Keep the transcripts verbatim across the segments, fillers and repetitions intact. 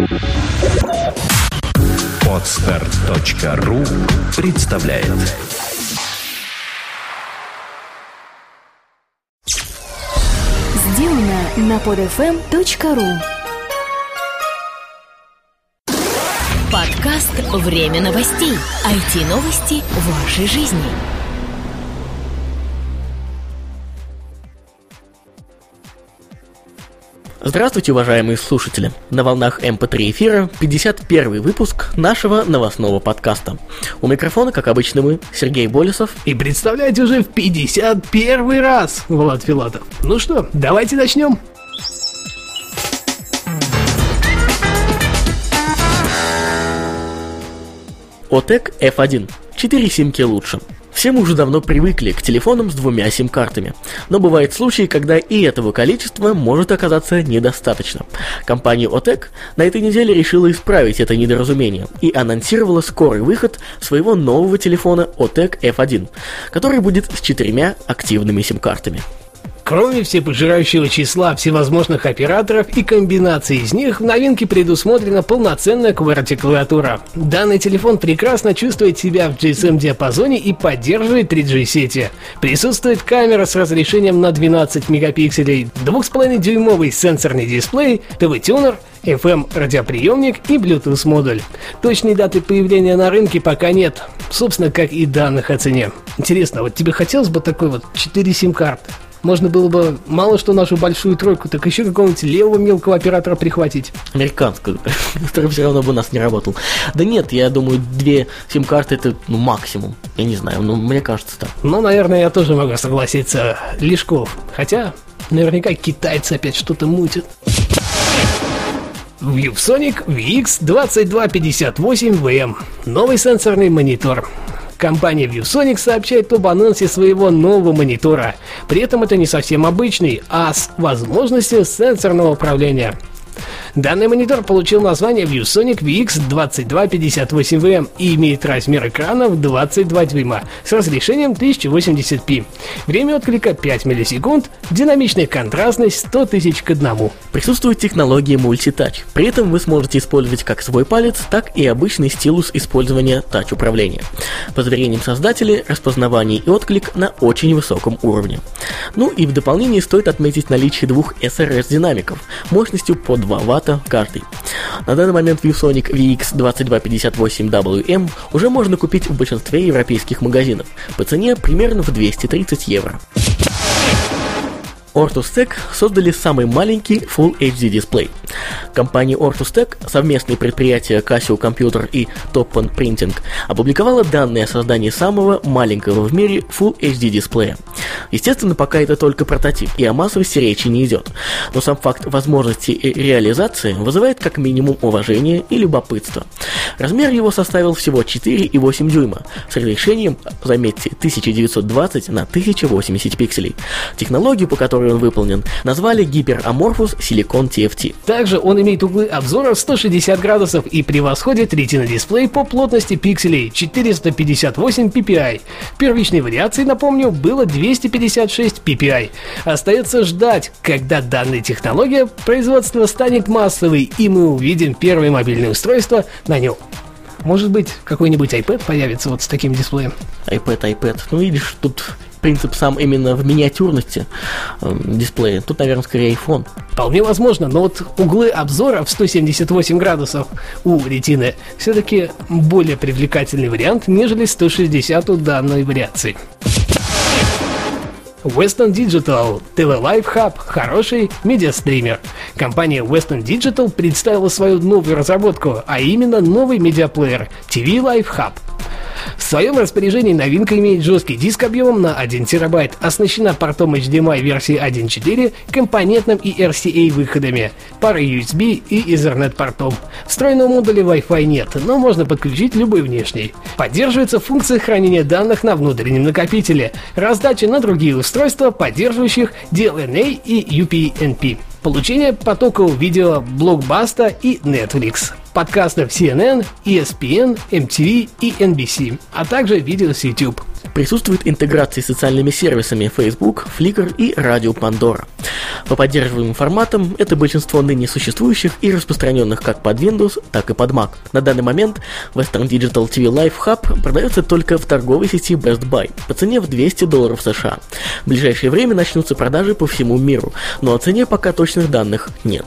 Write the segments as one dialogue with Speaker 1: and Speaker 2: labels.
Speaker 1: Подстар точка ру представляет.
Speaker 2: Сделано на под эф эм точка ру.
Speaker 3: Подкаст «Время новостей». ай ти-новости вашей жизни.
Speaker 4: Здравствуйте, уважаемые слушатели! На волнах эм пэ три эфира пятьдесят первый выпуск нашего новостного подкаста. У микрофона, как обычно, мы, Сергей Болесов.
Speaker 5: И представляете, уже в пятьдесят первый раз Влад Филатов. Ну что, давайте начнем.
Speaker 4: Отек эф один. Четыре симки лучше. Все мы уже давно привыкли к телефонам с двумя сим-картами, но бывают случаи, когда и этого количества может оказаться недостаточно. Компания Отек на этой неделе решила исправить это недоразумение и анонсировала скорый выход своего нового телефона Отек эф один, который будет с четырьмя активными сим-картами.
Speaker 5: Кроме всепожирающего числа всевозможных операторов и комбинаций из них, в новинке предусмотрена полноценная QWERTY-клавиатура. Данный телефон прекрасно чувствует себя в джи эс эм-диапазоне и поддерживает три джи сети. Присутствует камера с разрешением на двенадцать мегапикселей, два с половиной дюймовый сенсорный дисплей, ти ви-тюнер, эф эм-радиоприемник и Bluetooth-модуль. Точной даты появления на рынке пока нет, собственно, как и данных о цене. Интересно, вот тебе хотелось бы такой вот четыре сим-карты? Можно было бы мало что нашу большую тройку, так еще какого-нибудь левого мелкого оператора прихватить.
Speaker 4: Американскую, который все равно бы у нас не работал. Да нет, я думаю, две сим-карты это ну, максимум. Я не знаю, но мне кажется так.
Speaker 5: Ну, наверное, я тоже могу согласиться. Лешков. Хотя, наверняка китайцы опять что-то мутят. ViewSonic ви икс двадцать два пятьдесят восемь ви эм. Новый сенсорный монитор. Компания ViewSonic сообщает об анонсе своего нового монитора. При этом это не совсем обычный, а с возможностью сенсорного управления. Данный монитор получил название ViewSonic ви икс двадцать два пятьдесят восемь ви эм и имеет размер экрана в двадцать два дюйма с разрешением тысяча восемьдесят пи. Время отклика пять миллисекунд, динамичная контрастность сто тысяч к одному.
Speaker 4: Присутствует технология мультитач. При этом вы сможете использовать как свой палец, так и обычный стилус использования тач-управления. По заверениям создателей, распознавание и отклик на очень высоком уровне. Ну и в дополнение стоит отметить наличие двух эс эр эс-динамиков мощностью по два ватта каждый. На данный момент ViewSonic ви икс двадцать два пятьдесят восемь дабл ю эм уже можно купить в большинстве европейских магазинов по цене примерно в двести тридцать евро. Ortus-Tec создали самый маленький Full эйч ди дисплей. Компания Ortus-Tec, совместные предприятия Casio Computer и Toppan Printing, опубликовала данные о создании самого маленького в мире Full эйч ди дисплея. Естественно, пока это только прототип, и о массовости речи не идет. Но сам факт возможности и реализации вызывает как минимум уважение и любопытство. Размер его составил всего четыре и восемь дюйма, с разрешением, заметьте, тысяча девятьсот двадцать на тысяча восемьдесят пикселей. Технологию, по которой он выполнен, назвали Hyper Amorphous Silicon ти эф ти.
Speaker 5: Также он имеет углы обзора сто шестьдесят градусов и превосходит Retina дисплей по плотности пикселей четыреста пятьдесят восемь пи пи ай. Первичной вариации, напомню, было двести пятьдесят шесть пи пи ай. Остается ждать, когда данная технология производства станет массовой, и мы увидим первые мобильные устройства на нем. Может быть, какой-нибудь iPad появится вот с таким дисплеем?
Speaker 4: iPad, iPad. Ну, видишь, тут принцип сам именно в миниатюрности э, дисплея. Тут, наверное, скорее iPhone.
Speaker 5: Вполне возможно, но вот углы обзора в сто семьдесят восемь градусов у Retina все-таки более привлекательный вариант, нежели сто шестьдесят у данной вариации. Western Digital ти ви Live Hub – хороший медиастример. Компания Western Digital представила свою новую разработку, а именно новый медиаплеер ти ви Live Hub. В своем распоряжении новинка имеет жесткий диск объемом на один терабайт, оснащена портом эйч ди эм ай версии один точка четыре, компонентным и эр си эй выходами, парой ю эс би и Ethernet портом. Встроенного модуля Wi-Fi нет, но можно подключить любой внешний. Поддерживается функция хранения данных на внутреннем накопителе, раздача на другие устройства, поддерживающих ди эл эн эй и ю пи эн пи. Получение потокового видео, блокбаста и Netflix. подкастов си эн эн, и эс пи эн, эм ти ви и эн би си, а также видео с YouTube.
Speaker 4: Присутствует интеграция с социальными сервисами Facebook, Flickr и радио Pandora. По поддерживаемым форматам это большинство ныне существующих и распространенных как под Windows, так и под Mac. На данный момент Western Digital ти ви Live Hub продается только в торговой сети Best Buy по цене в двести долларов США. В ближайшее время начнутся продажи по всему миру, но о цене пока точных данных нет.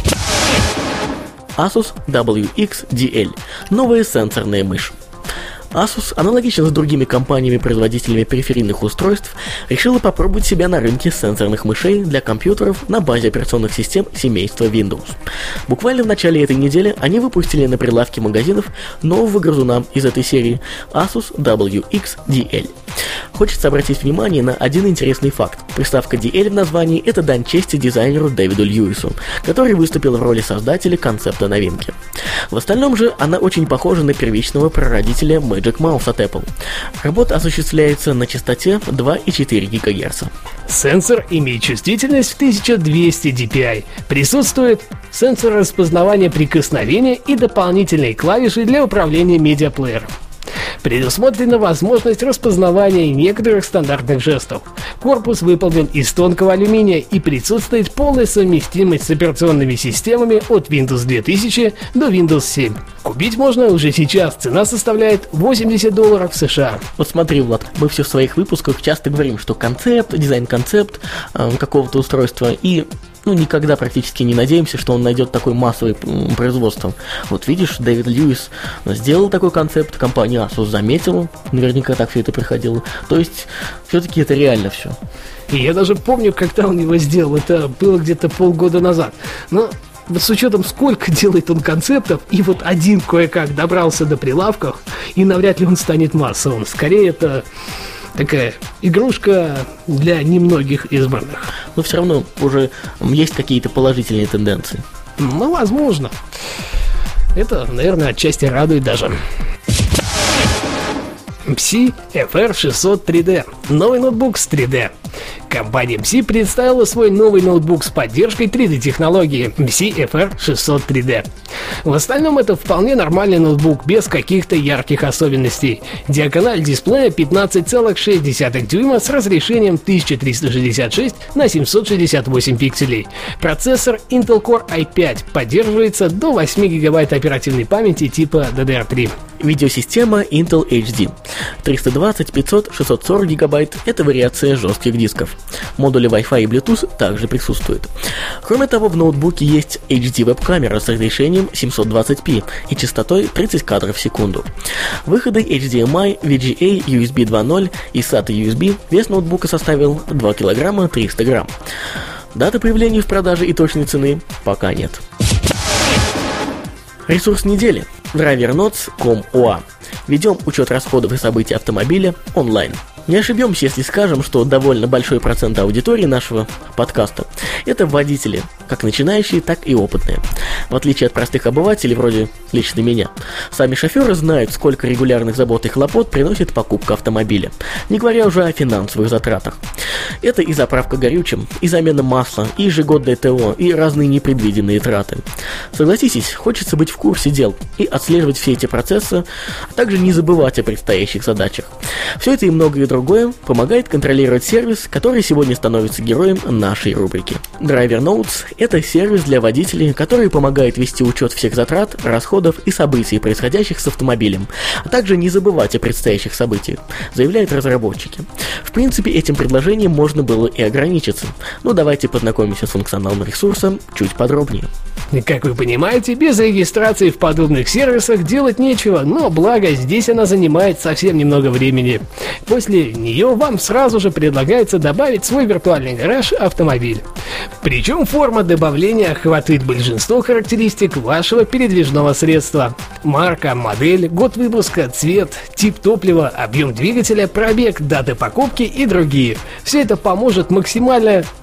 Speaker 4: Asus дабл ю икс ди эл – новая сенсорная мышь. Asus, аналогично с другими компаниями-производителями периферийных устройств, решила попробовать себя на рынке сенсорных мышей для компьютеров на базе операционных систем семейства Windows. Буквально в начале этой недели они выпустили на прилавке магазинов нового грызуна из этой серии Asus дабл ю икс ди эл. Хочется обратить внимание на один интересный факт. Приставка ди эл в названии – это дань чести дизайнеру Дэвиду Льюису, который выступил в роли создателя концепта новинки. В остальном же она очень похожа на первичного прародителя Magic Mouse от Apple. Работа осуществляется на частоте два и четыре гигагерца.
Speaker 5: Сенсор имеет чувствительность в тысяча двести ди пи ай. Присутствует сенсор распознавания прикосновения и дополнительные клавиши для управления медиаплеером. Предусмотрена возможность распознавания некоторых стандартных жестов. Корпус выполнен из тонкого алюминия и присутствует полная совместимость с операционными системами от Windows две тысячи до Windows семь. Купить можно уже сейчас, цена составляет восемьдесят долларов США.
Speaker 4: Вот смотри, Влад, мы все в своих выпусках часто говорим, что концепт, дизайн-концепт э, какого-то устройства и... Ну, никогда практически не надеемся, что он найдет такое массовое производство. Вот видишь, Дэвид Льюис сделал такой концепт, компания Asus заметила, наверняка так все это приходило. То есть, все-таки это реально все.
Speaker 5: И я даже помню, когда он его сделал, это было где-то полгода назад. Но вот с учетом, сколько делает он концептов, и вот один кое-как добрался до прилавков, и навряд ли он станет массовым. Скорее, это... такая игрушка для немногих избранных.
Speaker 4: Но все равно уже есть какие-то положительные тенденции.
Speaker 5: Ну, возможно. Это, наверное, отчасти радует даже. эм си эф эр шестьсот три дэ. Новый ноутбук с три дэ. Компания эм си представила свой новый ноутбук с поддержкой три дэ-технологии эм си эф эр шестьсот три дэ. В остальном это вполне нормальный ноутбук без каких-то ярких особенностей. Диагональ дисплея пятнадцать целых шесть десятых дюйма с разрешением тысяча триста шестьдесят шесть на семьсот шестьдесят восемь пикселей. Процессор Intel Core ай пять поддерживается до восемь гигабайт оперативной памяти типа ди ди ар три.
Speaker 4: Видеосистема Intel эйч ди. триста двадцать, пятьсот, шестьсот сорок гигабайт – это вариация жестких дисков. Модули Wi-Fi и Bluetooth также присутствуют. Кроме того, в ноутбуке есть эйч ди веб-камера с разрешением семьсот двадцать пи и частотой тридцать кадров в секунду. Выходы эйч ди эм ай, ви джи эй, ю эс би два ноль и сата ю эс би. Вес ноутбука составил два килограмма триста грамм. Даты появления в продаже и точной цены пока нет. Ресурс недели. DriverNotes точка ком точка ю а. Ведем учет расходов и событий автомобиля онлайн. Не ошибемся, если скажем, что довольно большой процент аудитории нашего подкаста – это водители, как начинающие, так и опытные. В отличие от простых обывателей, вроде лично меня, сами шоферы знают, сколько регулярных забот и хлопот приносит покупка автомобиля, не говоря уже о финансовых затратах. Это и заправка горючим, и замена масла, и ежегодное ТО, и разные непредвиденные траты. Согласитесь, хочется быть в курсе дел и отслеживать все эти процессы, а также не забывать о предстоящих задачах. Все это и многое другое помогает контролировать сервис, который сегодня становится героем нашей рубрики. DriverNotes – это сервис для водителей, который помогает вести учет всех затрат, расходов и событий, происходящих с автомобилем, а также не забывать о предстоящих событиях, заявляют разработчики. В принципе, этим предложением можно было и ограничиться, но давайте познакомимся с функционалом ресурса чуть подробнее.
Speaker 5: Как вы понимаете, без регистрации в подобных сервисах делать нечего, но благо здесь она занимает совсем немного времени. После нее вам сразу же предлагается добавить свой виртуальный гараж автомобиль. Причем форма добавления охватывает большинство характеристик вашего передвижного средства. Марка, модель, год выпуска, цвет, тип топлива, объем двигателя, пробег, даты покупки и другие. Все это поможет максимально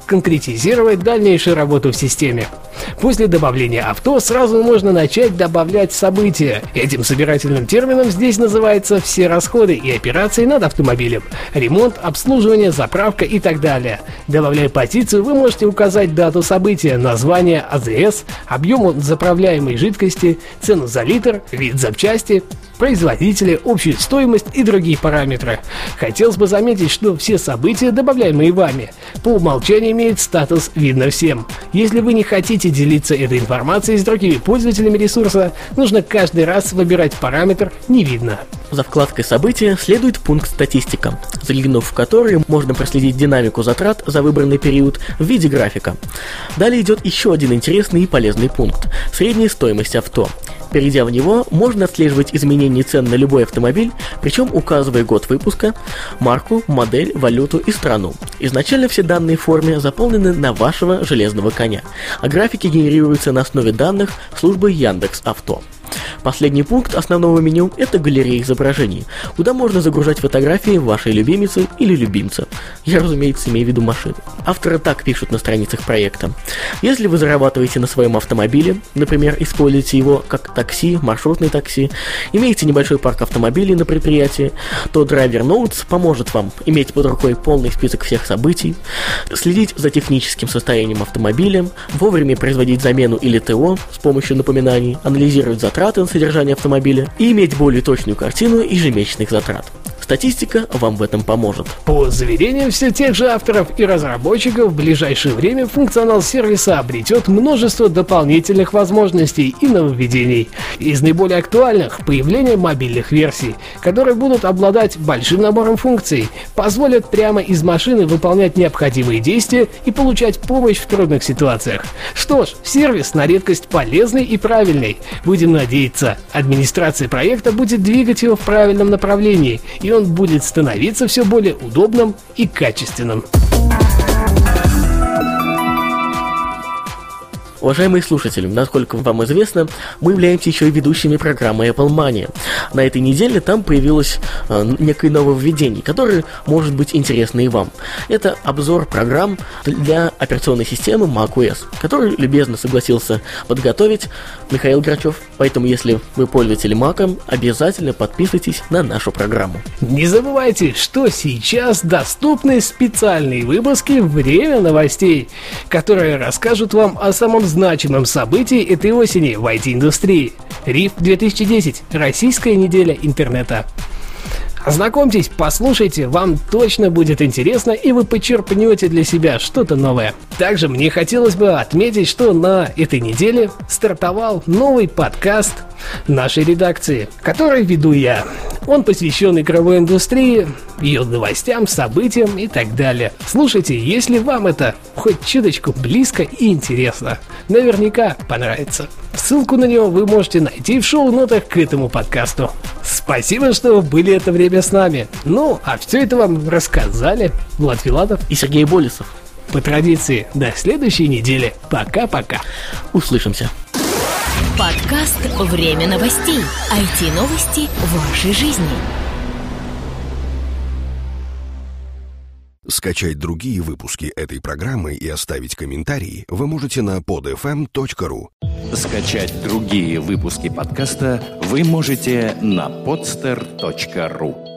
Speaker 5: конкретизировать дальнейшую работу в системе. После добавления авто сразу можно начать добавлять события. Этим собирательным термином здесь называются все расходы и операции над автомобилем. Ремонт, обслуживание, заправка и так далее. Добавляя позицию, вы можете указать дату события, название АЗС, объем заправляемой жидкости, цену за литр, вид запчасти, производителя, общую стоимость и другие параметры. Хотелось бы заметить, что все события, добавляемые вами, по умолчанию имеют статус «Видно всем». Если вы не хотите делиться этой информацией с другими пользователями ресурса, нужно каждый раз выбирать параметр «Не видно».
Speaker 4: За вкладкой «События» следует пункт «Статистика», заглянув в который можно проследить динамику затрат за выбранный период в виде графика. Далее идет еще один интересный и полезный пункт – средняя стоимость авто. Перейдя в него, можно отслеживать изменения цен на любой автомобиль, причем указывая год выпуска, марку, модель, валюту и страну. Изначально все данные в форме заполнены на вашего железного коня, а графики генерируются на основе данных службы Яндекс.Авто. Последний пункт основного меню – это галерея изображений, куда можно загружать фотографии вашей любимицы или любимца. Я, разумеется, имею в виду машину. Авторы так пишут на страницах проекта. Если вы зарабатываете на своем автомобиле, например, используете его как такси, маршрутное такси, имеете небольшой парк автомобилей на предприятии, то Driver Notes поможет вам иметь под рукой полный список всех событий, следить за техническим состоянием автомобиля, вовремя производить замену или ТО с помощью напоминаний, анализировать затраты на содержание автомобиля и иметь более точную картину ежемесячных затрат. Статистика вам в этом поможет.
Speaker 5: По заверениям все тех же авторов и разработчиков, в ближайшее время функционал сервиса обретет множество дополнительных возможностей и нововведений. Из наиболее актуальных – появление мобильных версий, которые будут обладать большим набором функций, позволят прямо из машины выполнять необходимые действия и получать помощь в трудных ситуациях. Что ж, сервис на редкость полезный и правильный. Будем надеяться, администрация проекта будет двигать его в правильном направлении, и он будет становиться все более удобным и качественным.
Speaker 4: Уважаемые слушатели, насколько вам известно, мы являемся еще и ведущими программы Apple Mania. На этой неделе там появилось э, некое нововведение, которое может быть интересно и вам. Это обзор программ для операционной системы macOS, который любезно согласился подготовить Михаил Грачев. Поэтому, если вы пользователи Mac, обязательно подписывайтесь на нашу программу.
Speaker 5: Не забывайте, что сейчас доступны специальные выпуски «Время новостей», которые расскажут вам о самом значимом событии этой осени в ай ти-индустрии. риф две тысячи десять. Российская неделя интернета. Ознакомьтесь, послушайте, вам точно будет интересно, и вы почерпнете для себя что-то новое. Также мне хотелось бы отметить, что на этой неделе стартовал новый подкаст нашей редакции, который веду я. Он посвящен игровой индустрии, ее новостям, событиям и так далее. Слушайте, если вам это хоть чуточку близко и интересно, наверняка понравится. Ссылку на него вы можете найти в шоу-нотах к этому подкасту. Спасибо, что были это время с нами. Ну, а все это вам рассказали Влад Филатов
Speaker 4: и Сергей Болесов.
Speaker 5: По традиции, до следующей недели. Пока-пока.
Speaker 4: Услышимся.
Speaker 3: Подкаст «Время новостей». ай ти-новости в вашей жизни.
Speaker 6: Скачать другие выпуски этой программы и оставить комментарии вы можете на под эф эм точка ру.
Speaker 1: Скачать другие выпуски подкаста вы можете на подстер точка ру.